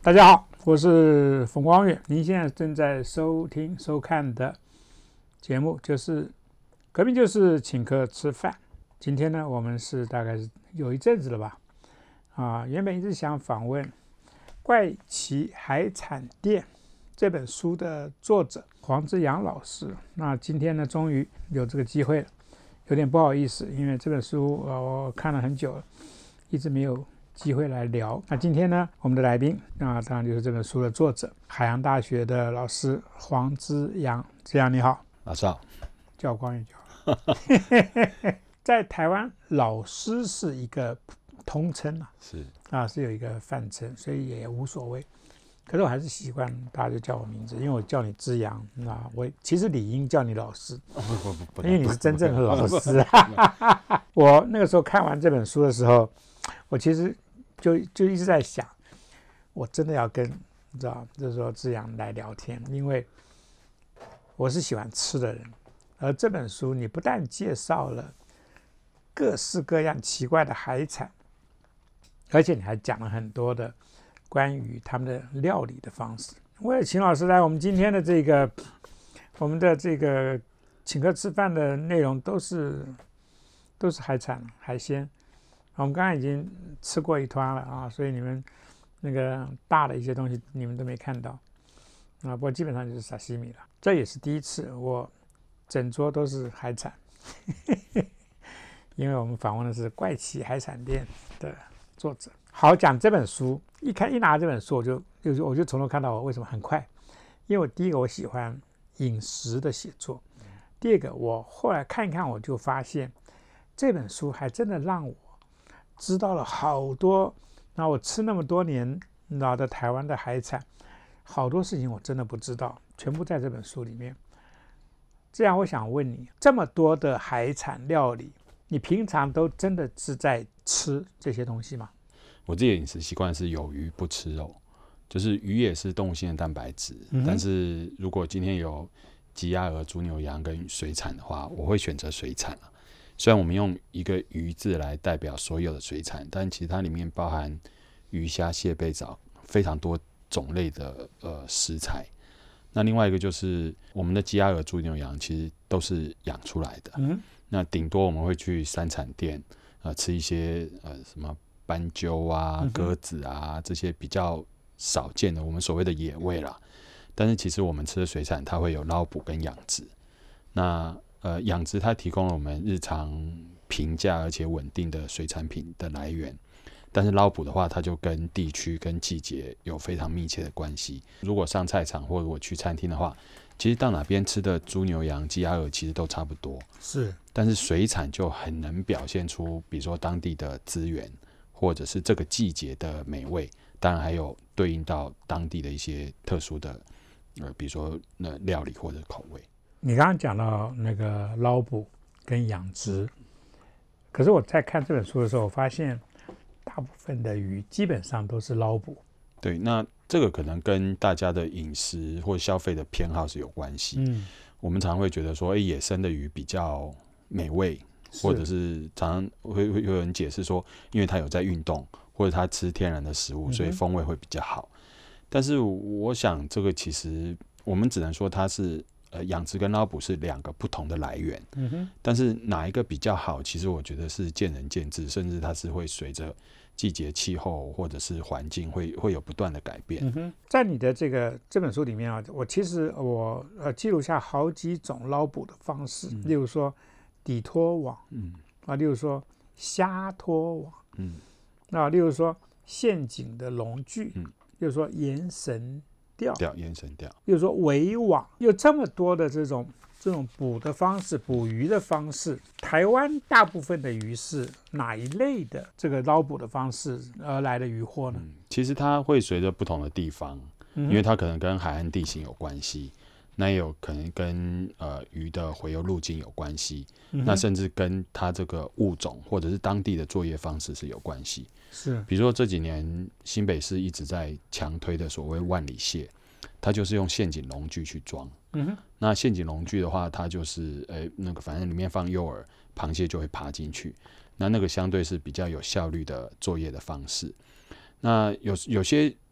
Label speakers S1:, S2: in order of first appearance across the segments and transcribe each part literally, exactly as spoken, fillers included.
S1: 大家好，我是冯光远。您现在正在收听、收看的节目就是革命就是请客吃饭。今天呢，我们是大概是有一阵子了吧？啊，原本一直想访问《怪奇海产店》这本书的作者黄之阳老师。那今天呢，终于有这个机会了，有点不好意思，因为这本书、呃、我看了很久了，一直没有机会来聊。那今天呢，我们的来宾那当然就是这本书的作者，海洋大学的老师黄之阳。之阳你好。
S2: 老师好。
S1: 叫光远就好。在台湾，老师是一个通称啊，
S2: 是
S1: 啊是有一个泛称，所以也无所谓。可是我还是习惯大家就叫我名字，因为我叫你之阳，那我其实理应叫你老师，因为你是真正的老师。我那个时候看完这本书的时候，我其实就就一直在想，我真的要跟你知道，就是说之阳来聊天，因为我是喜欢吃的人，而这本书你不但介绍了各式各样奇怪的海产，而且你还讲了很多的关于他们的料理的方式。为了请老师来，我们今天的这个我们的这个请客吃饭的内容都是都是海产海鲜。我们刚刚已经吃过一团了啊，所以你们那个大的一些东西你们都没看到啊，不过基本上就是沙西米了。这也是第一次我整桌都是海产。因为我们访问的是怪奇海产店的作者。好，讲这本书，一看一拿这本书，我就就我就从头看到我为什么很快。因为我第一个我喜欢饮食的写作，第二个我后来看一看，我就发现这本书还真的让我知道了好多。那我吃那么多年老的台湾的海产，好多事情我真的不知道，全部在这本书里面。这样我想问你，这么多的海产料理，你平常都真的是在吃这些东西吗？
S2: 我自己的饮食习惯是有鱼不吃肉，就是鱼也是动物性的蛋白质、嗯、但是如果今天有鸡鸭鹅猪牛羊跟水产的话，我会选择水产、啊、虽然我们用一个鱼字来代表所有的水产，但其实它里面包含鱼虾蟹贝藻非常多种类的、呃、食材。那另外一个就是我们的鸡鸭鹅猪牛羊其实都是养出来的、嗯、那顶多我们会去山产店、呃、吃一些、呃、什么斑鸠啊鸽子啊这些比较少见的我们所谓的野味啦。但是其实我们吃的水产它会有捞捕跟养殖。那呃养殖它提供了我们日常平价而且稳定的水产品的来源，但是捞捕的话它就跟地区跟季节有非常密切的关系。如果上菜场或者我去餐厅的话，其实到哪边吃的猪牛羊鸡鸭鹅其实都差不多，
S1: 是。
S2: 但是水产就很能表现出比如说当地的资源或者是这个季节的美味，当然还有对应到当地的一些特殊的呃，比如说那料理或者口味。
S1: 你刚刚讲到那个捞捕跟养殖，可是我在看这本书的时候，我发现大部分的鱼基本上都是捞捕。
S2: 对，那这个可能跟大家的饮食或消费的偏好是有关系。嗯，我们常常会觉得说，哎，野生的鱼比较美味，或者是常常会会有人解释说，因为它有在运动，或者它吃天然的食物，所以风味会比较好。嗯、但是我想，这个其实我们只能说它是呃养殖跟捞捕是两个不同的来源。嗯哼，但是哪一个比较好，其实我觉得是见仁见智，甚至它是会随着季节、气候或者是环境会会有不断的改变。
S1: 嗯哼，在你的这个这本书里面啊，我其实我呃记录下好几种捞捕的方式，嗯、例如说底拖网，嗯啊，例如说虾拖网，嗯啊，例如说陷阱的笼具，嗯，例如说延绳钓，
S2: 钓延绳钓，
S1: 例如说围网，有这么多的这种。这种捕的方式，捕鱼的方式，台湾大部分的鱼是哪一类的这个捞捕的方式而来的渔获呢？
S2: 嗯、其实它会随着不同的地方，嗯、因为它可能跟海岸地形有关系，那也有可能跟呃鱼的洄游路径有关系，嗯、那甚至跟它这个物种或者是当地的作业方式是有关系。
S1: 是，
S2: 比如说这几年新北市一直在强推的所谓万里蟹，它就是用陷阱笼具去装。嗯哼，那陷阱笼具的话，它就是呃那个反正里面放诱饵，螃蟹就会爬进去。那那个相对是比较有效率的作业的方式。那有有些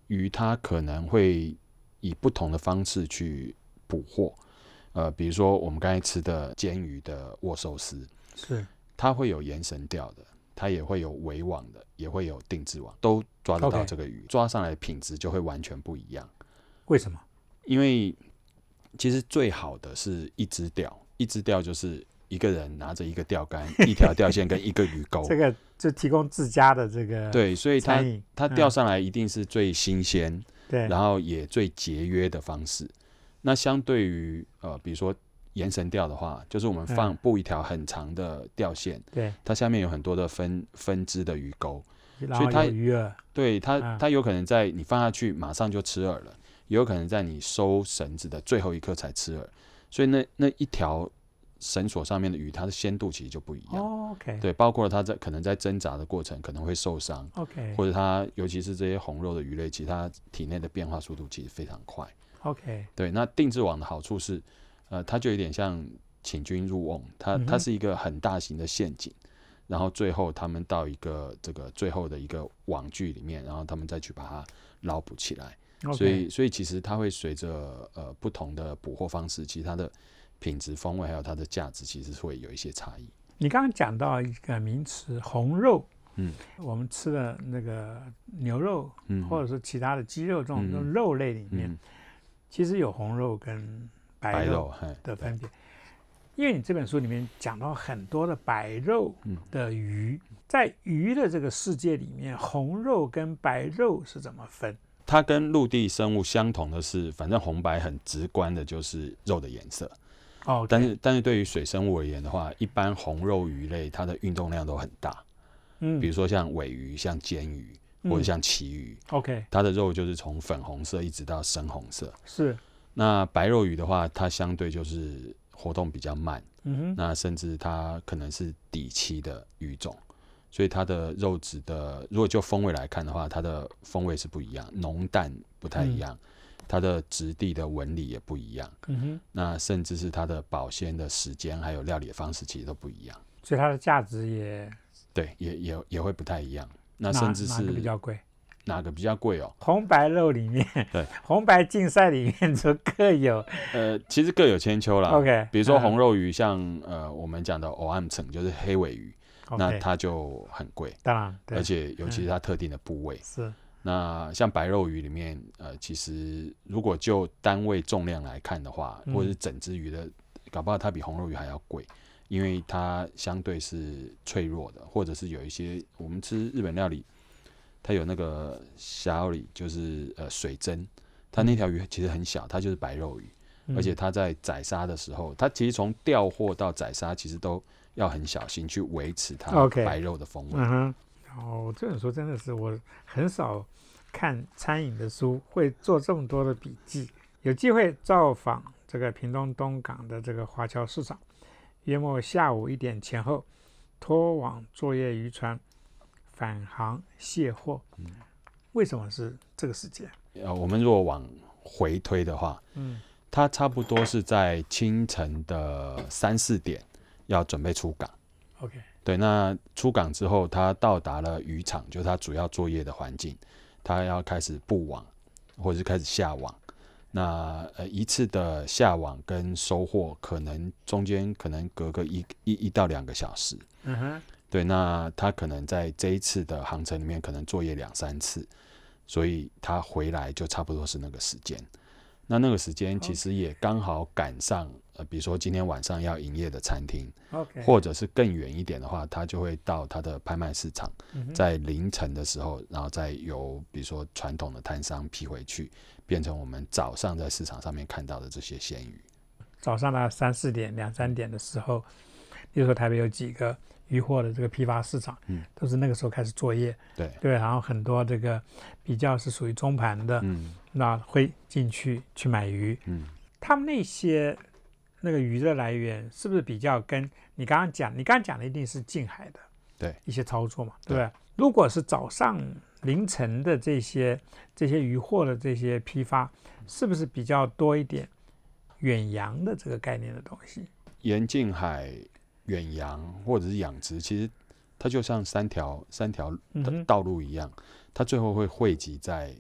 S2: 鱼它可能会以不同的方式去捕获，呃，比如说我们刚才吃的煎鱼的握寿司，
S1: 是
S2: 它会有延绳钓的，它也会有围网的，也会有定制网，都抓得到这个鱼， okay. 抓上来的品质就会完全不一样。
S1: 为什么？
S2: 因为其实最好的是一支钓，一支钓就是一个人拿着一个钓竿一条钓线跟一个鱼钩
S1: 这个就提供自家的这个
S2: 对，所以它它钓上来一定是最新鲜、嗯、
S1: 对，
S2: 然后也最节约的方式。那相对于呃比如说延绳钓的话，就是我们放布一条很长的钓线，对、嗯，它下面有很多的分分支的鱼钩，
S1: 所以它有鱼饵，
S2: 对它、嗯、它有可能在你放下去马上就吃饵了，也有可能在你收绳子的最后一刻才吃饵，所以那那一条绳索上面的鱼，它的鲜度其实就不一样。
S1: 哦 okay、
S2: 对，包括它在可能在挣扎的过程可能会受伤，
S1: okay、
S2: 或者它尤其是这些红肉的鱼类，其实它体内的变化速度其实非常快。
S1: OK，
S2: 对，那定制网的好处是，呃，它就有点像请君入瓮，它它是一个很大型的陷阱，然后最后他们到一个这个最后的一个网具里面，然后他们再去把它捞捕起来。Okay、所以所以其实它会随着呃不同的捕获方式，其实它的品质、风味还有它的价值，其实会有一些差异。
S1: 你刚刚讲到一个名词红肉，
S2: 嗯，
S1: 我们吃的那个牛肉，
S2: 嗯，
S1: 或者是其他的鸡肉这种、嗯、这种肉类里面、嗯，其实有红肉跟白肉的分别。因为你这本书里面讲到很多的白肉的鱼、嗯，在鱼的这个世界里面，红肉跟白肉是怎么分？
S2: 它跟陆地生物相同的是，反正红白很直观的就是肉的颜色。
S1: 哦、okay，
S2: 但是但是对于水生物而言的话，一般红肉鱼类它的运动量都很大，嗯，比如说像尾鱼、像煎鱼、嗯、或者像旗鱼
S1: ，OK，
S2: 它的肉就是从粉红色一直到深红色。
S1: 是。
S2: 那白肉鱼的话，它相对就是活动比较慢，
S1: 嗯哼，
S2: 那甚至它可能是底栖的鱼种，所以它的肉质的，如果就风味来看的话，它的风味是不一样，浓淡不太一样。嗯，它的质地的纹理也不一样，
S1: 嗯哼，
S2: 那甚至是它的保鲜的时间还有料理的方式其实都不一样，
S1: 所以它的价值也
S2: 对也也也会不太一样。那甚至是
S1: 哪个比较贵？
S2: 哪个比较贵哦？
S1: 红白肉里面，
S2: 对，
S1: 红白竞赛里面就各有，
S2: 呃，其实各有千秋啦。
S1: OK，
S2: 比如说红肉鱼像，像、嗯、呃我们讲的欧暗层就是黑尾鱼，
S1: okay，
S2: 那它就很贵，
S1: 当然，对，
S2: 而且尤其是它特定的部位。
S1: 嗯、是。
S2: 那像白肉鱼里面，呃，其实如果就单位重量来看的话，或者是整只鱼的，搞不好它比红肉鱼还要贵，因为它相对是脆弱的，或者是有一些我们吃日本料理，它有那个虾里，就是呃水蒸，它那条鱼其实很小，它就是白肉鱼，嗯、而且它在宰杀的时候，它其实从钓获到宰杀，其实都要很小心去维持它白肉的风味。
S1: Okay，嗯哦，这本书真的是我很少看餐饮的书会做这么多的笔记。有机会造访这个屏东东港的这个华侨市场，约莫下午一点前后，拖网作业渔船返航卸货。嗯，为什么是这个时间？
S2: 呃，我们如果往回推的话，嗯，它差不多是在清晨的三四点要准备出港。
S1: OK。
S2: 对，那出港之后，他到达了渔场，就是他主要作业的环境，他要开始布网，或者是开始下网。那呃一次的下网跟收获，可能中间可能隔个一一一到两个小时。
S1: 嗯哼。
S2: 对，那他可能在这一次的航程里面，可能作业两三次，所以他回来就差不多是那个时间。那那个时间其实也刚好赶上，呃，比如说今天晚上要营业的餐厅，
S1: okay，
S2: 或者是更远一点的话，他就会到他的拍卖市场，
S1: 嗯、
S2: 在凌晨的时候，然后再由比如说传统的摊商批回去，变成我们早上在市场上面看到的这些鲜鱼。
S1: 早上的三四点、两三点的时候，比如说台北有几个渔货的这个批发市场，嗯，都是那个时候开始作业，
S2: 对
S1: 对，然后很多这个比较是属于中盘的，
S2: 嗯，
S1: 那会进去去买鱼，
S2: 嗯，
S1: 他们那些那个鱼的来源是不是比较跟你刚刚讲，你刚刚讲的一定是近海的，
S2: 对
S1: 一些操作嘛，对不对？如果是早上凌晨的这些这些渔货的这些批发，是不是比较多一点远洋的这个概念的东西？
S2: 沿近海远洋或者是养殖，其实它就像三条三条的道路一样，嗯、它最后会汇集在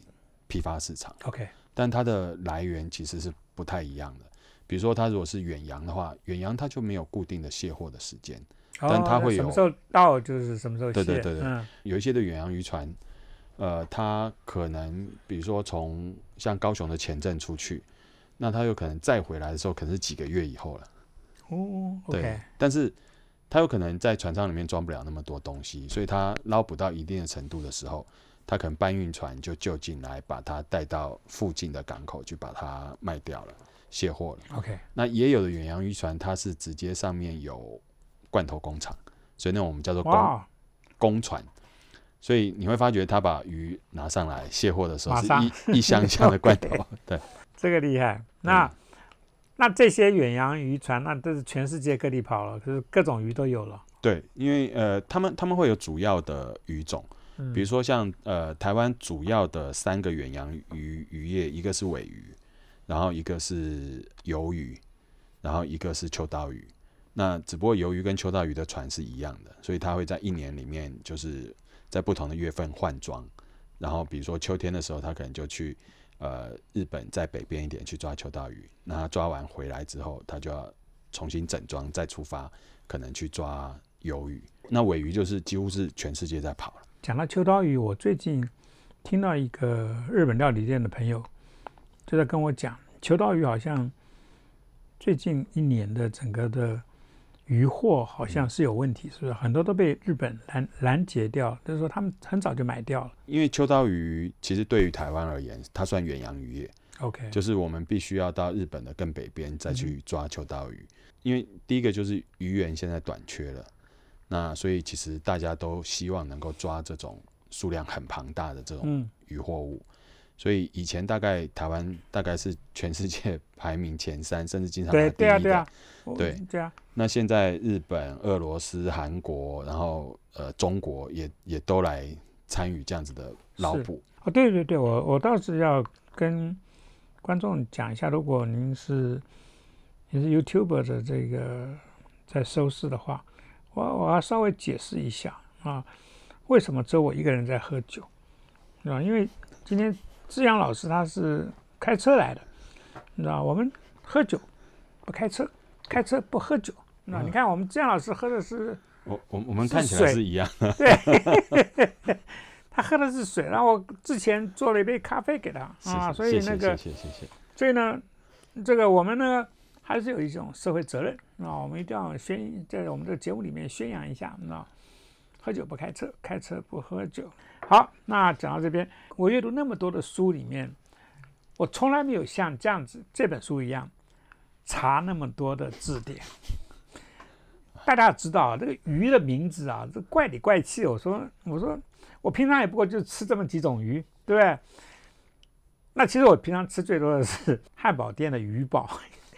S2: 批发市场。
S1: OK，
S2: 但它的来源其实是不太一样的。比如说，它如果是远洋的话，远洋它就没有固定的卸货的时间，
S1: 哦、
S2: 但它会有
S1: 什么时候到就是什么时候卸。
S2: 对对对对，
S1: 嗯，
S2: 有一些的远洋渔船，呃，它可能比如说从像高雄的前镇出去，那它有可能再回来的时候，可能是几个月以后了。
S1: 哦 ，OK，
S2: 对，但是它有可能在船舱里面装不了那么多东西，所以它捞捕到一定的程度的时候，它可能搬运船就就近来把它带到附近的港口去把它卖掉了，卸货了。
S1: OK，
S2: 那也有的远洋渔船，它是直接上面有罐头工厂，所以那种我们叫做公公船。所以你会发觉他把鱼拿上来卸货的时候，是一一箱箱的罐头。okay， 对，
S1: 这个厉害。那、嗯、那这些远洋渔船，那都是全世界各地跑了，可是各种鱼都有了。
S2: 对，因为呃，他们他们会有主要的鱼种，嗯、比如说像呃台湾主要的三个远洋渔渔业，一个是鲔鱼，然后一个是鱿鱼，然后一个是秋刀鱼。那只不过鱿鱼跟秋刀鱼的船是一样的，所以它会在一年里面就是在不同的月份换装。然后比如说秋天的时候，他可能就去呃日本在北边一点去抓秋刀鱼，那他抓完回来之后，他就要重新整装再出发，可能去抓鱿鱼。那鲔鱼就是几乎是全世界在跑了。
S1: 讲到秋刀鱼，我最近听到一个日本料理店的朋友就在跟我讲，秋刀鱼好像最近一年的整个的渔获好像是有问题，是不是？很多都被日本拦拦截掉，就是说他们很早就买掉了。
S2: 因为秋刀鱼其实对于台湾而言，它算远洋渔业。
S1: OK，
S2: 就是我们必须要到日本的更北边再去抓秋刀鱼，嗯、因为第一个就是鱼源现在短缺了，那所以其实大家都希望能够抓这种数量很庞大的这种渔获物。嗯，所以以前大概台湾大概是全世界排名前三，甚至经常拿第一的。
S1: 对啊，对啊，
S2: 对
S1: 对啊。
S2: 那现在日本、俄罗斯、韩国，然后呃中国也也都来参与这样子的捞捕。
S1: 哦，对对对，我我倒是要跟观众讲一下，如果您是您是 YouTuber 的这个在收视的话，我我要稍微解释一下啊，为什么只有我一个人在喝酒啊？因为今天志扬老师他是开车来的，你知道，我们喝酒不开车，开车不喝酒。那、嗯、你看我们志扬老师喝的是，
S2: 我我我们看起来是一样的，
S1: 对，他喝的是水，然后我之前做了一杯咖啡给他啊，所以那个，
S2: 谢谢谢谢。
S1: 所以呢，这个我们呢还是有一种社会责任啊，我们一定要宣在我们这个节目里面宣扬一下，啊，喝酒不开车，开车不喝酒。好，那讲到这边，我阅读那么多的书里面，我从来没有像这样子这本书一样查那么多的字典。大家知道啊，这个鱼的名字啊，这怪里怪气。我说，我说，我平常也不过就吃这么几种鱼，对不对？那其实我平常吃最多的是汉堡店的鱼堡。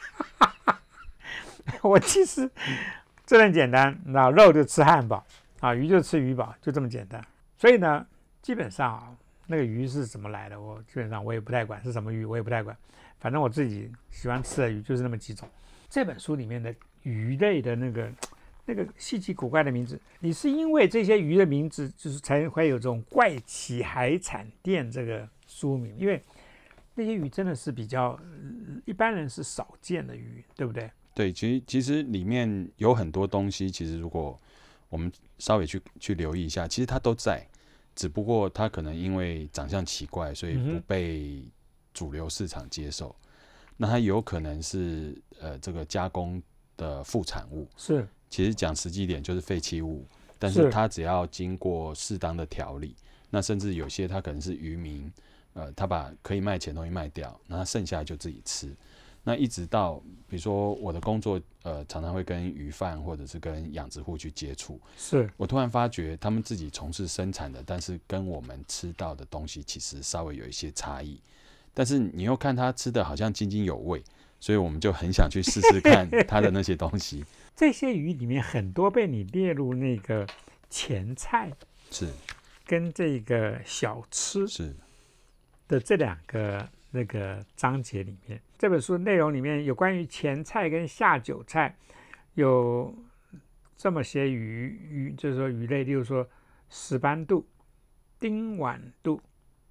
S1: 我其实这很简单，你知道，肉就吃汉堡啊，鱼就吃鱼堡，就这么简单。所以呢，基本上啊，那个鱼是怎么来的，我基本上我也不太管是什么鱼，我也不太管，反正我自己喜欢吃的鱼就是那么几种。这本书里面的鱼类的那个。那个稀奇古怪的名字，你是因为这些鱼的名字，就是才会有这种怪奇海产店这个书名，因为那些鱼真的是比较、呃、一般人是少见的鱼，对不对？
S2: 对，其实其实里面有很多东西，其实如果我们稍微去去留意一下，其实它都在，只不过它可能因为长相奇怪，所以不被主流市场接受。嗯、那它有可能是呃这个加工的副产物
S1: 是。
S2: 其实讲实际一点就是废弃物，但是它只要经过适当的调理，那甚至有些它可能是渔民，呃，他把可以卖钱的东西卖掉，那他剩下就自己吃。那一直到比如说我的工作，呃，常常会跟鱼贩或者是跟养殖户去接触，
S1: 是我
S2: 突然发觉他们自己从事生产的，但是跟我们吃到的东西其实稍微有一些差异，但是你又看他吃的好像津津有味，所以我们就很想去试试看他的那些东西。
S1: 这些鱼里面很多被你列入那个前菜
S2: 是
S1: 跟这个小吃
S2: 是
S1: 的这两个那个章节里面，这本书内容里面有关于前菜跟下酒菜，有这么些鱼鱼，就是说鱼类，例如说石斑肚、丁碗肚，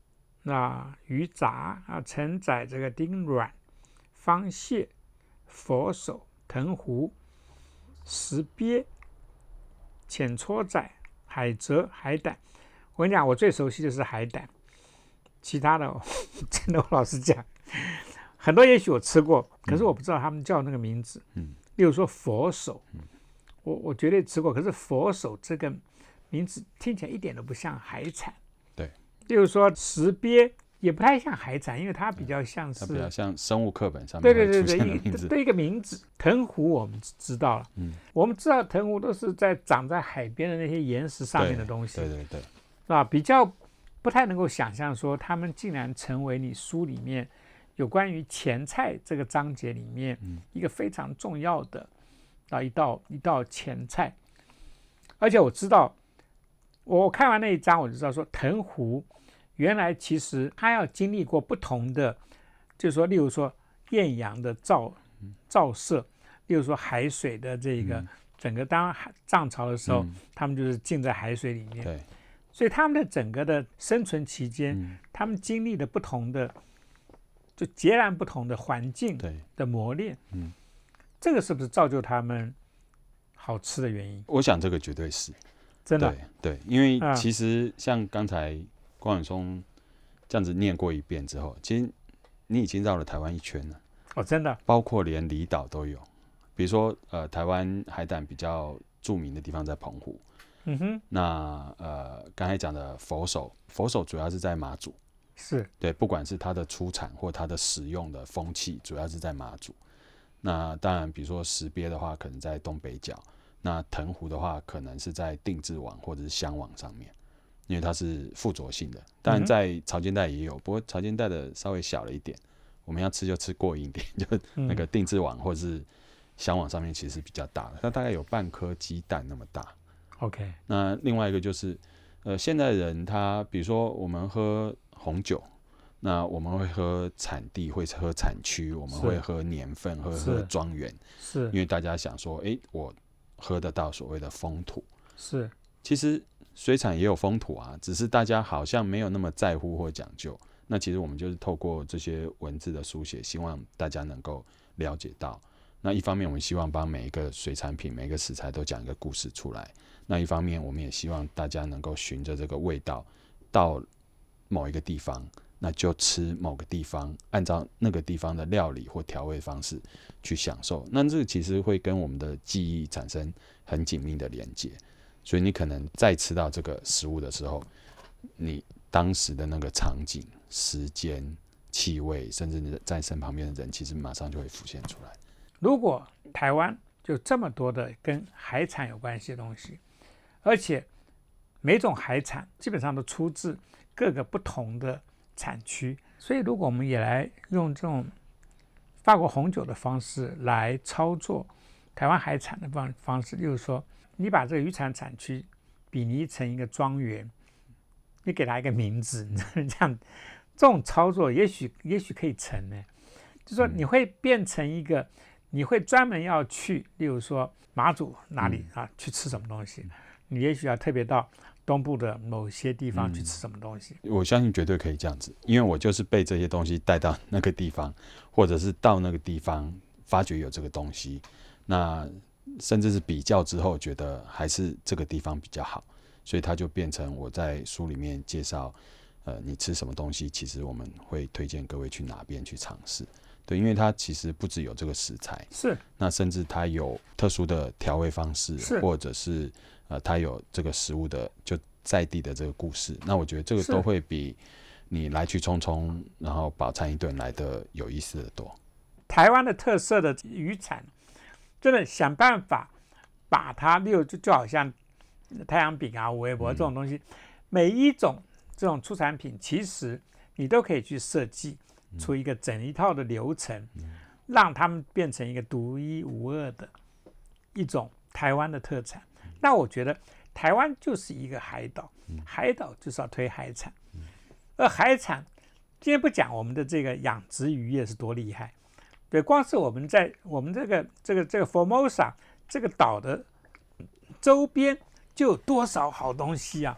S1: 那鱼杂啊，承载这个丁软、方蟹、佛手、藤壶、石鳖、浅搓仔、海蜇、海胆。我跟你讲，我最熟悉的是海胆，其他的真的我老实讲，很多也许我吃过，可是我不知道他们叫那个名字。嗯，例如说佛手，我我绝对吃过，可是佛手这个名字听起来一点都不像海产。
S2: 对，
S1: 例如说石鳖也不太像海产，因为它比较像是，
S2: 它比较像生物课本上面会出现的名字。
S1: 对对对对，一个名字。藤壶我们知道了，嗯，我们知道藤壶都是在长在海边的那些岩石上面的东西，
S2: 对对对，
S1: 是吧？比较不太能够想象说他们竟然成为你书里面有关于前菜这个章节里面一个非常重要的啊一道一道前菜。而且我知道，我看完那一章我就知道说，藤壶原来其实它要经历过不同的，就是说，例如说艳阳的照照射，例如说海水的这个整个，当涨潮的时候，他们就是浸在海水里面。
S2: 对。
S1: 所以他们的整个的生存期间，嗯、他们经历了不同的，就截然不同的环境的磨练。嗯，这个是不是造就他们好吃的原因？
S2: 我想这个绝对是
S1: 真的。
S2: 对对，因为其实像刚才光远松这样子念过一遍之后，其实你已经绕了台湾一圈了。
S1: 哦，真的，
S2: 包括连离岛都有。比如说，呃，台湾海胆比较著名的地方在澎湖。嗯哼，那呃，刚才讲的佛手，佛手主要是在马祖，
S1: 是
S2: 对，不管是它的出产或它的使用的风气，主要是在马祖。那当然，比如说石鳖的话，可能在东北角；那藤壶的话，可能是在定制网或者是香网上面，因为它是附着性的。当然，在潮间带也有，不过潮间带的稍微小了一点。我们要吃就吃过硬点，就那个定制网或者是香网上面其实比较大的，它大概有半颗鸡蛋那么大。
S1: OK，
S2: 那另外一个就是，呃，现在人他比如说我们喝红酒，那我们会喝产地，会喝产区，我们会喝年份，会喝庄园，
S1: 是
S2: 因为大家想说，哎，我喝得到所谓的风土。
S1: 是，
S2: 其实水产也有风土啊，只是大家好像没有那么在乎或讲究。那其实我们就是透过这些文字的书写，希望大家能够了解到。那一方面，我们希望帮每一个水产品、每一个食材都讲一个故事出来。那一方面，我们也希望大家能够循着这个味道到某一个地方，那就吃某个地方，按照那个地方的料理或调味方式去享受。那这个其实会跟我们的记忆产生很紧密的连接。所以你可能再吃到这个食物的时候，你当时的那个场景、时间、气味，甚至你在身旁边的人，其实马上就会浮现出来。
S1: 如果台湾就这么多的跟海产有关系的东西，而且每种海产基本上都出自各个不同的产区，所以如果我们也来用这种法国红酒的方式来操作台湾海产的方方式，例如说你把这个渔产产区比拟成一个庄园，你给它一个名字，这样这种操作也许也许可以成呢。就是说你会变成一个，你会专门要去，例如说马祖哪里啊去吃什么东西，你也许要特别到东部的某些地方去吃什么东西。
S2: 嗯、我相信绝对可以这样子，因为我就是被这些东西带到那个地方，或者是到那个地方发觉有这个东西，那甚至是比较之后觉得还是这个地方比较好，所以它就变成我在书里面介绍，呃，你吃什么东西，其实我们会推荐各位去哪边去尝试。对，因为它其实不只有这个食材，
S1: 是，
S2: 那甚至它有特殊的调味方式，或者是呃，它有这个食物的就在地的这个故事。那我觉得这个都会比你来去匆匆，然后饱餐一顿来的有意思的多。
S1: 台湾的特色的渔产，真的想办法把它，例如就就好像太阳饼啊、微博这种东西，嗯、每一种这种出产品，其实你都可以去设计出一个整一套的流程，嗯、让他们变成一个独一无二的一种台湾的特产。嗯、那我觉得台湾就是一个海岛，嗯、海岛就是要推海产，嗯、而海产今天不讲我们的这个养殖渔业是多厉害，对，光是我们在我们这个这个这个 Formosa 这个岛的周边就有多少好东西啊！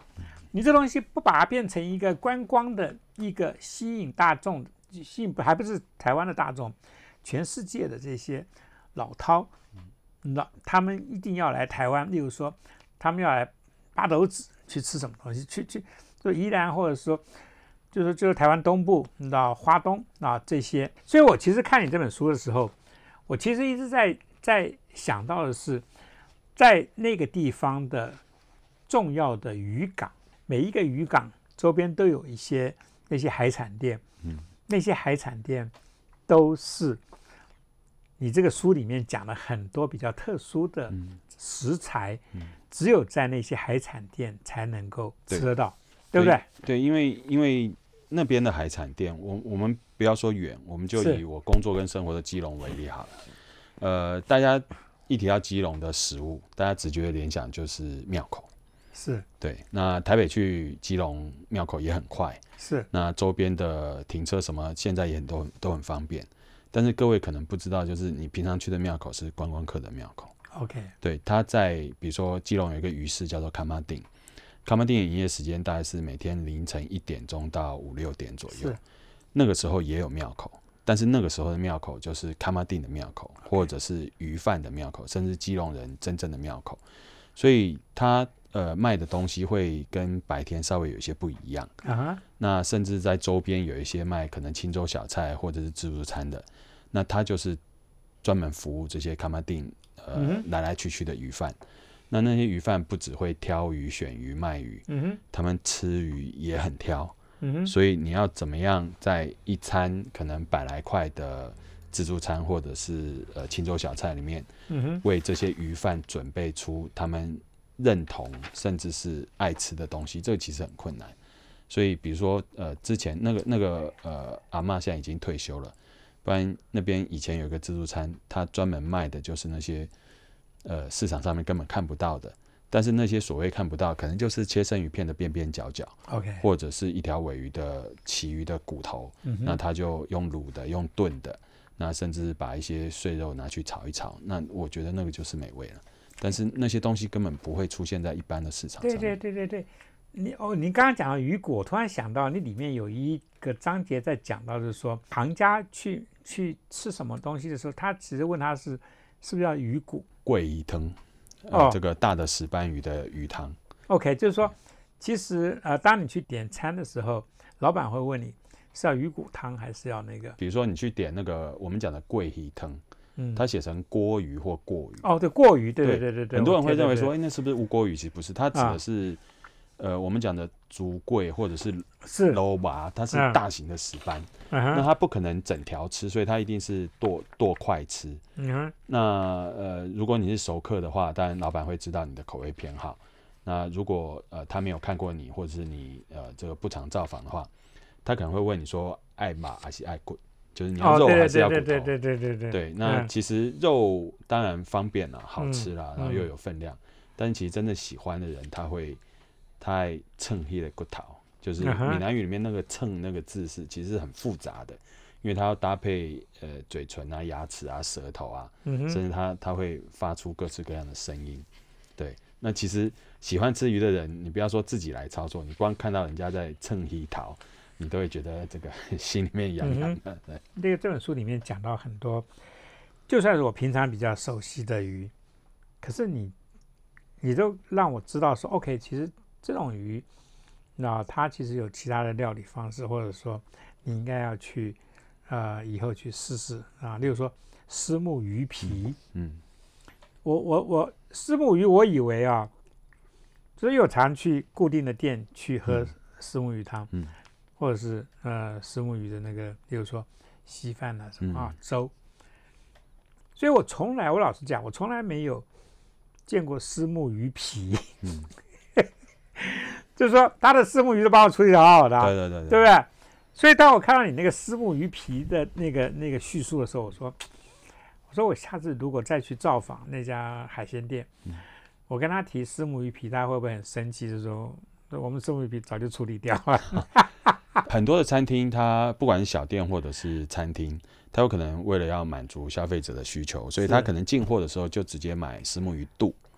S1: 你这东西不把它变成一个观光的一个吸引大众，吸引还不是台湾的大众，全世界的这些老饕，那他们一定要来台湾。例如说，他们要来八斗子去吃什么东西，去去就宜兰，或者说就是就是台湾东部，你知道花东啊这些。所以我其实看你这本书的时候，我其实一直在在想到的是，在那个地方的重要的渔港，每一个渔港周边都有一些那些海产店，嗯，那些海产店都是你这个书里面讲了很多比较特殊的食材，嗯嗯、只有在那些海产店才能够吃得到， 对, 对不对？
S2: 对，因为因为那边的海产店，我我们不要说远，我们就以我工作跟生活的基隆为例好了。呃，大家一提到基隆的食物，大家直觉的联想就是庙口。
S1: 是，
S2: 对。那台北去基隆庙口也很快，
S1: 是。那
S2: 周边的停车什么，现在也都都很方便。但是各位可能不知道，就是你平常去的庙口是观光客的庙口。
S1: OK。
S2: 对，它在比如说基隆有一个鱼市叫做卡马丁，卡马丁的营业时间大概是每天凌晨一点钟到五六点左右。那个时候也有庙口，但是那个时候的庙口就是卡马丁的庙口， okay. 或者是鱼贩的庙口，甚至基隆人真正的庙口。所以它呃卖的东西会跟白天稍微有一些不一样。Uh-huh. 那甚至在周边有一些卖可能清粥小菜或者是自助餐的，那它就是专门服务这些卡马丁呃、uh-huh. 来来去去的鱼贩。那那些鱼贩不只会挑鱼、选鱼、卖鱼， uh-huh. 他们吃鱼也很挑。Uh-huh. 所以你要怎么样在一餐可能百来块的自助餐或者是呃清粥小菜里面， uh-huh. 为这些鱼贩准备出他们认同甚至是爱吃的东西，这个其实很困难。所以比如说呃之前那个那个呃阿嬷现在已经退休了，不然那边以前有一个自助餐，他专门卖的就是那些呃市场上面根本看不到的，但是那些所谓看不到，可能就是切生鱼片的边边角角，
S1: okay.
S2: 或者是一条鲔鱼的旗鱼的骨头，嗯、那他就用卤的用炖的，那甚至把一些碎肉拿去炒一炒，那我觉得那个就是美味了。但是那些东西根本不会出现在一般的市场上面。
S1: 对对对对对，你哦，你刚刚讲到鱼骨，我突然想到，你里面有一个章节在讲到，就是说行家去去吃什么东西的时候，他其实问他是是不是要鱼骨？
S2: 桂鱼汤，呃哦、这个大的石斑鱼的鱼汤。
S1: OK， 就是说，其实呃，当你去点餐的时候，老板会问你是要鱼骨汤还是要那个？
S2: 比如说你去点那个我们讲的桂鱼汤。嗯、它写成锅鱼或过鱼。
S1: 哦，对，过鱼，对对对对对。
S2: 很多人会认为说，哎，那是不是无锅鱼？其实不是，它指的是，啊、呃，我们讲的竹桂或者是
S1: 是
S2: 捞拔，它是大型的石斑，嗯、那它不可能整条吃，所以它一定是剁剁块吃。嗯、那呃，如果你是熟客的话，当然老板会知道你的口味偏好。那如果呃他没有看过你，或者是你呃这个不常造访的话，他可能会问你说，爱马还是爱滚？就是你要肉还是要骨头？
S1: 对对对对对
S2: 对。那其实肉当然方便啦，好吃啦，然后又有分量。但其实真的喜欢的人，他会他爱蹭那个骨头，就是闽南语里面那个蹭那个字是其实是很复杂的，因为它要搭配呃嘴唇啊、牙齿啊、舌头啊，甚至它它会发出各式各样的声音。对，那其实喜欢吃鱼的人，你不要说自己来操作，你光看到人家在蹭鱼头，你都会觉得这个心里面痒痒的。对，
S1: 这个这本书里面讲到很多，就算是我平常比较熟悉的鱼，可是你你都让我知道说 ，OK， 其实这种鱼，那它其实有其他的料理方式，或者说你应该要去呃以后去试试啊。例如说虱目鱼皮，嗯，嗯我我我虱目鱼，我以为啊，所以有常去固定的店去喝虱目鱼汤，嗯。嗯或者是呃虱目鱼的那个，比如说稀饭啊什么啊、嗯、粥，所以我从来我老实讲，我从来没有见过虱目鱼皮，嗯，就是说他的虱目鱼都帮我处理得好好的、啊，
S2: 对对对对，
S1: 对不对？所以当我看到你那个虱目鱼皮的那个那个叙述的时候，我说我说我下次如果再去造访那家海鲜店，嗯、我跟他提虱目鱼皮，他会不会很生气？就说我们虱目鱼皮早就处理掉了。
S2: 很多的餐厅，它不管是小店或者是餐厅，它有可能为了要满足消费者的需求，所以它可能进货的时候就直接买虱目鱼肚，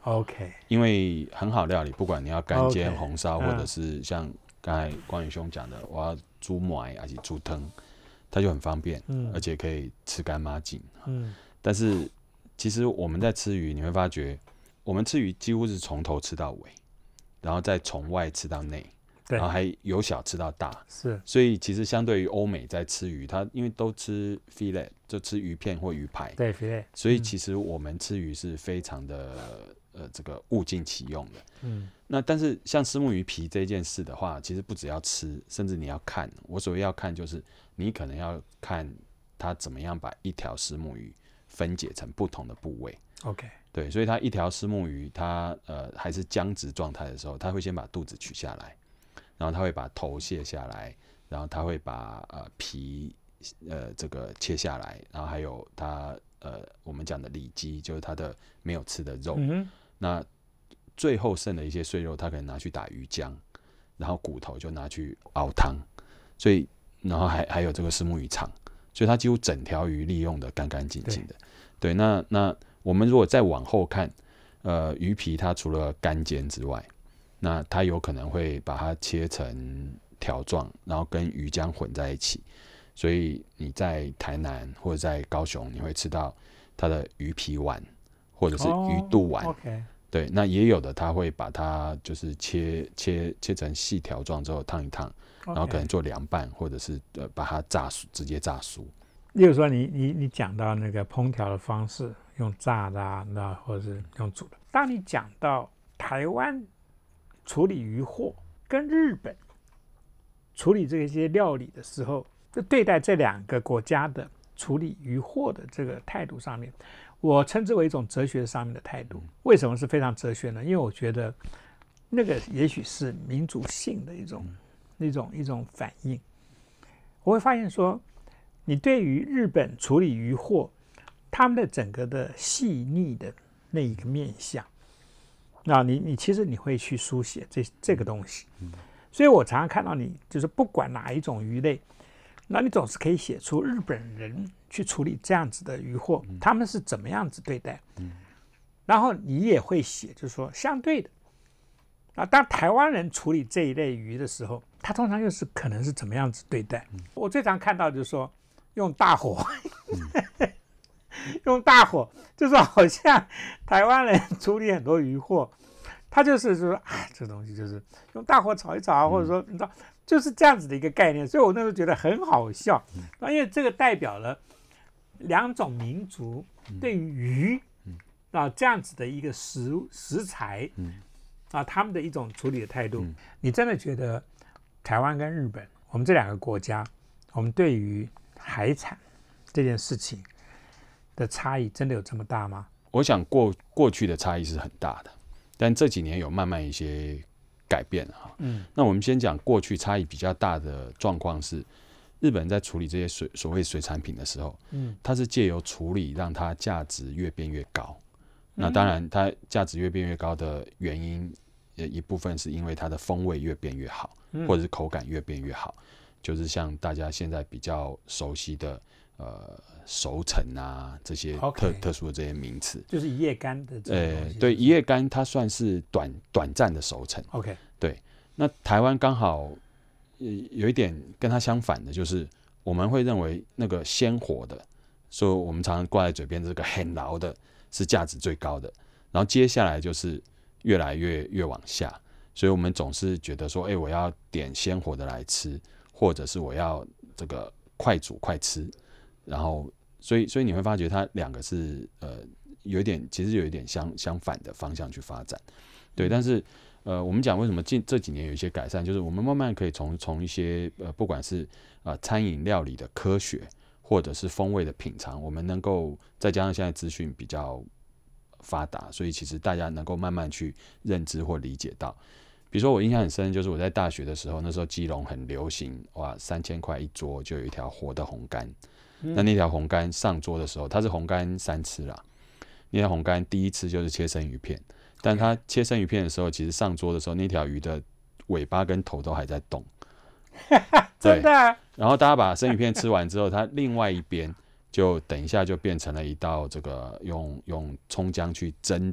S1: OK，
S2: 因为很好料理，不管你要干煎、
S1: OK，
S2: 红烧，
S1: 嗯
S2: 或者是像刚才光宇兄讲的，我要煮糜还是煮汤，它就很方便，
S1: 嗯
S2: 而且可以吃干抹净。
S1: 嗯，
S2: 但是其实我们在吃鱼，你会发觉，我们吃鱼几乎是从头吃到尾，然后再从外吃到内，
S1: 对
S2: 然后还由小吃到大。
S1: 是，
S2: 所以其实相对于欧美在吃鱼，它因为都吃 fillet， 就吃鱼片或鱼排，
S1: 对 fillet，
S2: 所以其实我们吃鱼是非常的呃这个物尽其用的。
S1: 嗯
S2: 那但是像虱目鱼皮这件事的话，其实不只要吃，甚至你要看。我所谓要看，就是你可能要看它怎么样把一条虱目鱼分解成不同的部位。
S1: OK，
S2: 对，所以它一条虱目鱼，它呃还是僵直状态的时候，它会先把肚子取下来，然后它会把头卸下来，然后它会把呃皮呃这个切下来，然后还有它呃我们讲的里脊，就是它的没有吃的肉。
S1: 嗯哼，
S2: 那最后剩的一些碎肉，它可能拿去打鱼浆，然后骨头就拿去熬汤，所以然后还还有这个虱目鱼肠，所以它几乎整条鱼利用的干干净净的。对，那那我们如果再往后看，呃，鱼皮它除了干煎之外，那它有可能会把它切成条状，然后跟鱼浆混在一起，所以你在台南或者在高雄，你会吃到它的鱼皮丸或者是鱼肚丸。
S1: 哦、OK，
S2: 对，那也有的他会把它就是切切切成细条状之后烫一烫，然后可能做凉拌，或者是呃把它炸熟，直接炸熟。
S1: 例如说你你你讲到那个烹调的方式，用炸的啊，那或者是用煮的。当你讲到台湾处理渔获跟日本处理这些料理的时候，就对待这两个国家的处理渔获的这个态度上面，我称之为一种哲学上面的态度。为什么是非常哲学呢？因为我觉得那个也许是民族性的一种、嗯、一种一种反应。我会发现说，你对于日本处理渔获，他们的整个的细腻的那一个面向，那你你其实你会去书写这这个东西。嗯，所以我常常看到你，就是不管哪一种鱼类，那你总是可以写出日本人去处理这样子的渔获，嗯、他们是怎么样子对待。嗯，然后你也会写，就是说相对的，啊，当台湾人处理这一类鱼的时候，他通常又是可能是怎么样子对待。嗯、我最常看到就是说用大火，嗯、用大火，就是好像台湾人处理很多渔获。他就是说，哎，这东西就是用大火炒一炒，或者说你知道，就是这样子的一个概念。所以我那时候觉得很好笑，因为这个代表了两种民族对于鱼啊这样子的一个食食材啊他们的一种处理的态度。你真的觉得台湾跟日本，我们这两个国家，我们对于海产这件事情的差异真的有这么大吗？
S2: 我想过过去的差异是很大的。但这几年有慢慢一些改变哈，嗯，那我们先讲过去差异比较大的状况是，日本在处理这些水所谓水产品的时候，嗯，它是借由处理让它价值越变越高。嗯、那当然，它价值越变越高的原因，一部分是因为它的风味越变越好，嗯、或者是口感越变越好，就是像大家现在比较熟悉的。呃，熟成啊，这些特、okay. 特殊的这些名词，
S1: 就是一夜干的这种东西。
S2: 呃，对，一夜干它算是短短暂的熟成。
S1: OK，
S2: 对。那台湾刚好、呃、有一点跟它相反的，就是我们会认为那个鲜活的，所以我们常常挂在嘴边这个很牢的是价值最高的，然后接下来就是越来越越往下，所以我们总是觉得说，哎、欸，我要点鲜活的来吃，或者是我要这个快煮快吃。然后，所以，所以你会发觉它两个是呃，有一点，其实有一点相相反的方向去发展，对。但是，呃，我们讲为什么近这几年有一些改善，就是我们慢慢可以从从一些呃，不管是呃餐饮料理的科学，或者是风味的品尝，我们能够再加上现在资讯比较发达，所以其实大家能够慢慢去认知或理解到。比如说我印象很深，就是我在大学的时候，那时候基隆很流行，哇，三千块一桌就有一条活的红干。那那条红干上桌的时候，它是红干三吃啦。那条红干第一吃就是切生鱼片，但它切生鱼片的时候，其实上桌的时候，那条鱼的尾巴跟头都还在动。
S1: 真的、啊。
S2: 然后大家把生鱼片吃完之后，它另外一边就等一下就变成了一道这个用用葱姜去蒸的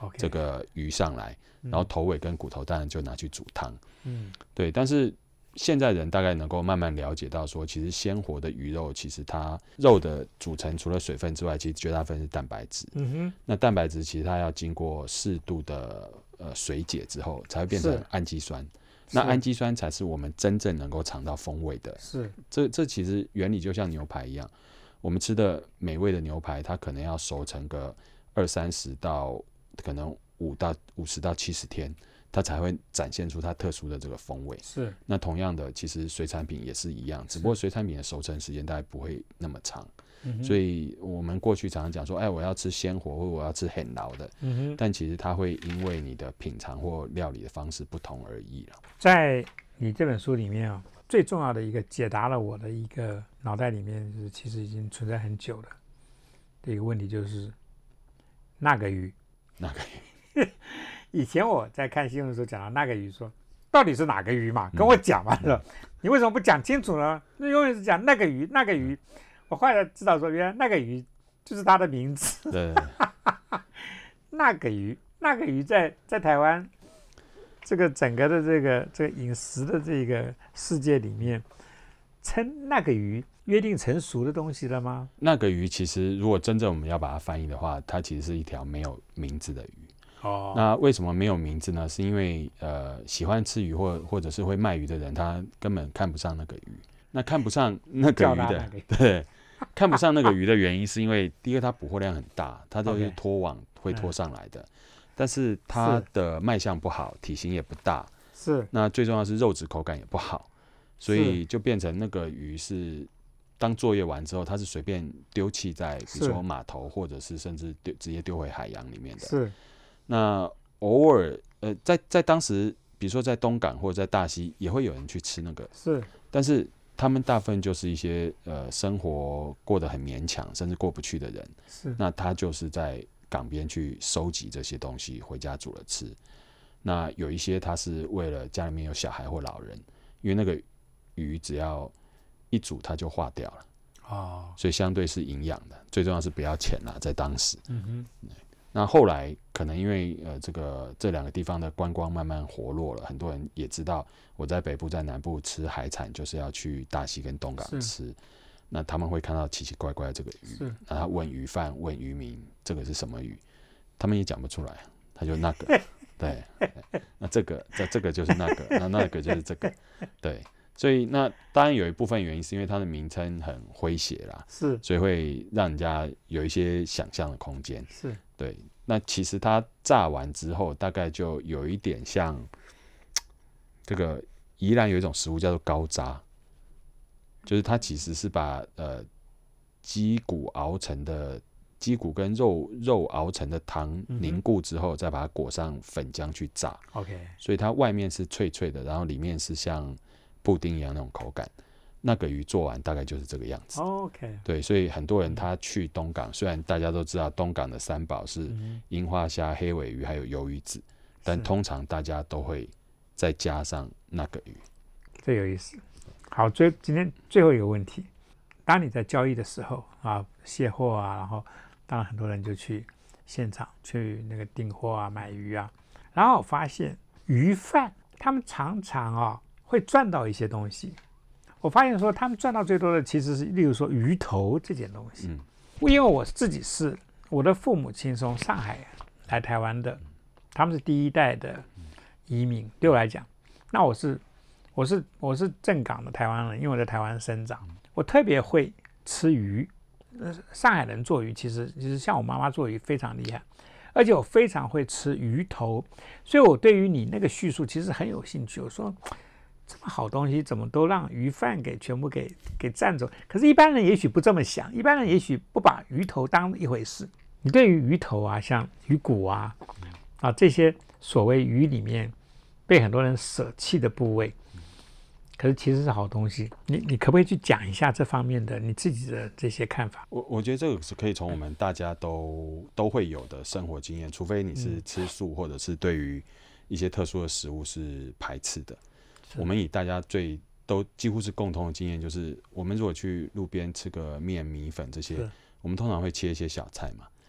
S2: 这个鱼上来，然后头尾跟骨头当然就拿去煮汤。
S1: 嗯，
S2: 对，但是现在人大概能够慢慢了解到说，其实鲜活的鱼肉，其实它肉的组成除了水分之外，其实绝大部分是蛋白质。
S1: 嗯哼，
S2: 那蛋白质其实它要经过适度的呃水解之后，才会变成氨基酸。那氨基酸才是我们真正能够尝到风味的。
S1: 是，
S2: 这这其实原理就像牛排一样，我们吃的美味的牛排，它可能要熟成个二三十到可能五到五十到七十天。它才会展现出它特殊的这个风味。
S1: 是，
S2: 那同样的，其实水产品也是一样，只不过水产品的熟成时间大概不会那么长。嗯、所以我们过去常常讲说，哎，我要吃鲜活，或我要吃很老的。嗯、但其实它会因为你的品尝或料理的方式不同而异了。
S1: 在你这本书里面啊，最重要的一个解答了我的一个脑袋里面就是其实已经存在很久了的一个问题，就是那个鱼，
S2: 那个鱼。
S1: 以前我在看新闻的时候讲到那个鱼说，到底是哪个鱼嘛？跟我讲嘛，嗯、你为什么不讲清楚呢？那永远是讲那个鱼，那个鱼。我后来知道说，原来那个鱼就是它的名字。
S2: 对，
S1: 那个鱼，那个鱼在在台湾这个整个的这个这个饮食的这个世界里面，称那个鱼约定成熟的东西了吗？
S2: 那个鱼其实如果真正我们要把它翻译的话，它其实是一条没有名字的鱼。哦，那为什么没有名字呢？是因为呃，喜欢吃鱼或或者是会卖鱼的人，他根本看不上那个鱼。那看不上那个鱼的，对，看不上那个鱼的原因是因为第一个它捕获量很大，它都是拖网会拖上来的， okay. 但是它的卖相不好，体型也不大，
S1: 是。
S2: 那最重要是肉质口感也不好，所以就变成那个鱼是当作业完之后，它是随便丢弃在比如说码头，或者是甚至丢直接丢回海洋里面的。
S1: 是。
S2: 那偶尔，呃，在在当时，比如说在东港或者在大溪，也会有人去吃那个，
S1: 是，
S2: 但是他们大部分就是一些呃生活过得很勉强，甚至过不去的人，
S1: 是，
S2: 那他就是在港边去收集这些东西，回家煮了吃。那有一些他是为了家里面有小孩或老人，因为那个鱼只要一煮它就化掉了，哦，所以相对是营养的，最重要是不要钱啦，在当时，嗯哼。那后来可能因为呃这个这两个地方的观光慢慢活络了，很多人也知道我在北部在南部吃海产就是要去大溪跟东港吃，那他们会看到奇奇怪怪的这个鱼，然后问鱼贩问渔民这个是什么鱼，他们也讲不出来，他就那个对，那这个这这个就是那个，那那个就是这个，对，所以那当然有一部分原因是因为它的名称很诙谐啦，
S1: 是，
S2: 所以会让人家有一些想象的空间，
S1: 是。
S2: 对，那其实它炸完之后，大概就有一点像这个宜兰有一种食物叫做高渣，就是它其实是把呃鸡骨熬成的鸡骨跟肉肉熬成的汤凝固之后，嗯、再把它裹上粉浆去炸。
S1: OK，
S2: 所以它外面是脆脆的，然后里面是像布丁一样那种口感。那个鱼做完大概就是这个样子。
S1: OK，
S2: 对，所以很多人他去东港，虽然大家都知道东港的三宝是樱花虾、黑尾鱼还有鱿鱼子，但通常大家都会再加上那个鱼。
S1: 最有意思。好，最今天最后一个问题，当你在交易的时候啊，卸货啊，然后当然很多人就去现场去那个订货啊、买鱼啊，然后我发现鱼贩他们常常啊会赚到一些东西。我发现说他们赚到最多的其实是例如说鱼头这件东西，嗯、因为我自己是我的父母亲从上海来台湾的，他们是第一代的移民，对我来讲，那我是我是我是正港的台湾人，因为我在台湾生长，我特别会吃鱼。上海人做鱼其实其实像我妈妈做鱼非常厉害，而且我非常会吃鱼头，所以我对于你那个叙述其实很有兴趣。我说这么好东西怎么都让鱼贩给全部给给占走？可是，一般人也许不这么想，一般人也许不把鱼头当一回事。你对于鱼头啊，像鱼骨啊，啊这些所谓鱼里面被很多人舍弃的部位，可是其实是好东西。你你可不可以去讲一下这方面的你自己的这些看法？
S2: 我我觉得这个是可以从我们大家都都会有的生活经验，除非你是吃素，或者是对于一些特殊的食物是排斥的。我们以大家最都几乎是共同的经验，就是我们如果去路边吃个面、米粉这些，我们通常会切一些小菜嘛。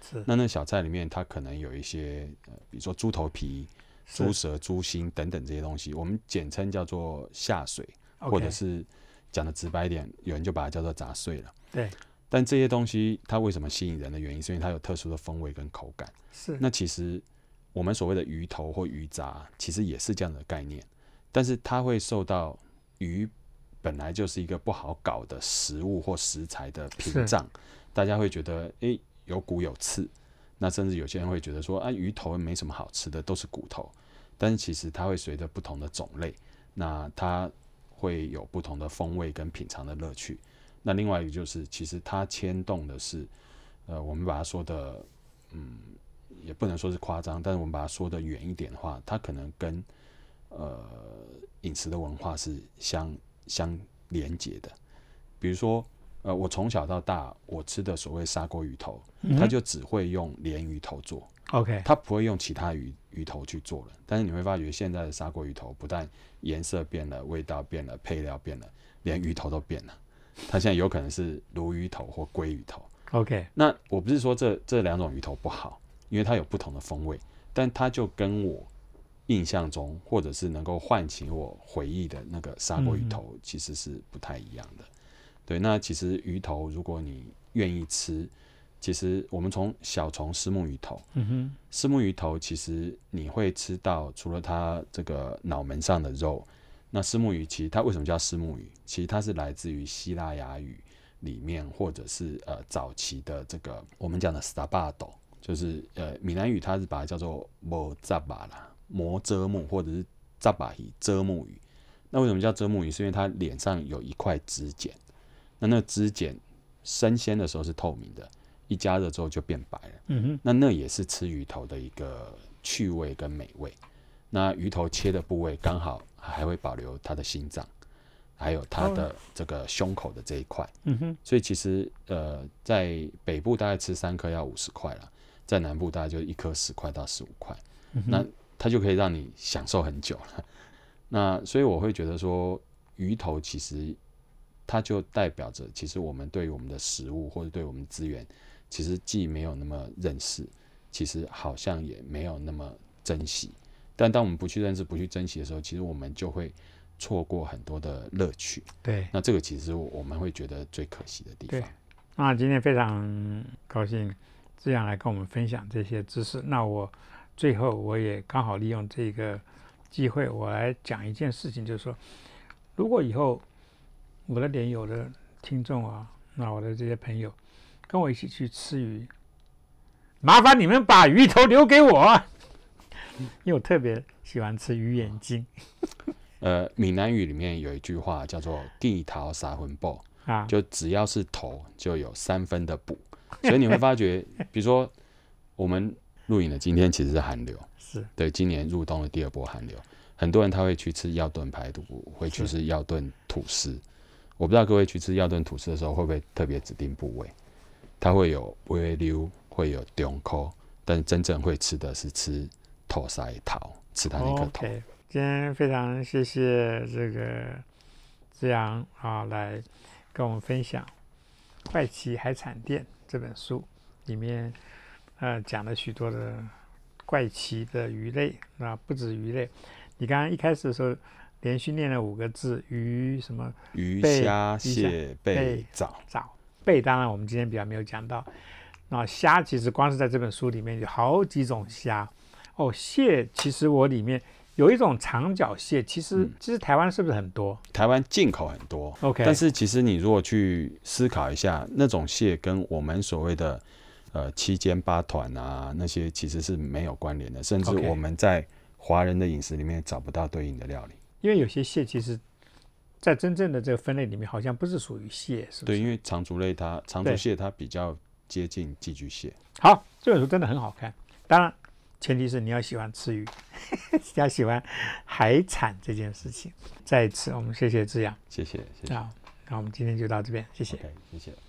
S2: 那那小菜里面它可能有一些，呃、比如说猪头皮、猪舌、猪心等等这些东西，我们简称叫做下水，
S1: okay.
S2: 或者是讲的直白一点，有人就把它叫做杂碎了。
S1: 对。
S2: 但这些东西它为什么吸引人的原因，是因为它有特殊的风味跟口感。
S1: 是。
S2: 那其实我们所谓的鱼头或鱼杂，其实也是这样的概念，但是它会受到鱼本来就是一个不好搞的食物或食材的屏障，大家会觉得诶有骨有刺，那甚至有些人会觉得说啊鱼头没什么好吃的，都是骨头，但是其实它会随着不同的种类，那它会有不同的风味跟品尝的乐趣。那另外一个就是，其实它牵动的是，呃，我们把它说的，嗯，也不能说是夸张，但是我们把它说的远一点的话，它可能跟呃饮食的文化是相相连结的。比如说，呃，我从小到大我吃的所谓砂锅鱼头，嗯、它就只会用鲢鱼头做
S1: ，OK，
S2: 它不会用其他鱼鱼头去做了。但是你会发觉现在的砂锅鱼头不但颜色变了，味道变了，配料变了，连鱼头都变了。它现在有可能是鲈鱼头或鲑鱼头
S1: ，OK。
S2: 那我不是说这这两种鱼头不好，因为它有不同的风味，但它就跟我印象中或者是能够唤起我回忆的那个砂锅鱼头其实是不太一样的。嗯、对，那其实鱼头如果你愿意吃，其实我们从小从虱目鱼头，嗯哼，虱目鱼头其实你会吃到除了它这个脑门上的肉。那虱目鱼其实它为什么叫虱目鱼？其实它是来自于希腊雅语里面，或者是呃早期的这个我们讲的 Stabato， 就是呃闽南语它是把它叫做摩扎巴啦，摩遮目或者是扎巴鱼遮目鱼。那为什么叫遮目鱼？是因为它脸上有一块脂碱，那那脂碱生鲜的时候是透明的，一加热之后就变白了。嗯哼，那那也是吃鱼头的一个趣味跟美味。那鱼头切的部位刚好还会保留它的心脏，还有它的这个胸口的这一块。嗯哼，所以其实呃，在北部大概吃三颗要五十块啦，在南部大概就一颗十块到十五块。那它就可以让你享受很久了。那所以我会觉得说，鱼头其实它就代表着，其实我们对于我们的食物或者对我们资源，其实既没有那么认识，其实好像也没有那么珍惜。但当我们不去认识、不去珍惜的时候，其实我们就会错过很多的乐趣。
S1: 对，
S2: 那这个其实我们会觉得最可惜的地方。
S1: 对，那今天非常高兴这样来跟我们分享这些知识。那我最后我也刚好利用这个机会，我来讲一件事情，就是说，如果以后我的连友的听众啊，那我的这些朋友跟我一起去吃鱼，麻烦你们把鱼头留给我。因为我特别喜欢吃鱼眼睛。
S2: 呃，闽南语里面有一句话叫做“地头三分补”，啊，就只要是头就有三分的补。所以你会发觉，比如说我们录影的今天其实是寒流，
S1: 是
S2: 对，今年入冬的第二波寒流，很多人他会去吃药炖排骨，会去吃药炖吐司。我不知道各位去吃药炖吐司的时候会不会特别指定部位，它会有尾溜，会有中口，但真正会吃的是吃头塞头，吃它那颗头。
S1: Okay. 今天非常谢谢这个志扬啊，来跟我们分享《怪奇海产店》这本书里面，呃，讲了许多的怪奇的鱼类，那不止鱼类。你刚刚一开始的时候，连续念了五个字：鱼什么？
S2: 鱼虾蟹贝藻。
S1: 藻贝当然我们今天比较没有讲到。那虾其实光是在这本书里面有好几种虾。哦，蟹其实我里面有一种长脚蟹，其实、嗯、其实台湾是不是很多？
S2: 台湾进口很多
S1: ，OK。
S2: 但是其实你如果去思考一下，那种蟹跟我们所谓的呃七尖八团啊那些其实是没有关联的，甚至我们在华人的饮食里面找不到对应的料理。
S1: 因为有些蟹其实，在真正的这个分类里面好像不是属于蟹，是不是？
S2: 对，因为长足类它长足蟹它比较接近寄居蟹。
S1: 好，这本书真的很好看，当然。前提是你要喜欢吃鱼，要喜欢海产这件事情。再一次，我们谢谢志扬，
S2: 谢谢，谢谢。
S1: 好，那我们今天就到这边，谢谢。
S2: Okay, 谢谢。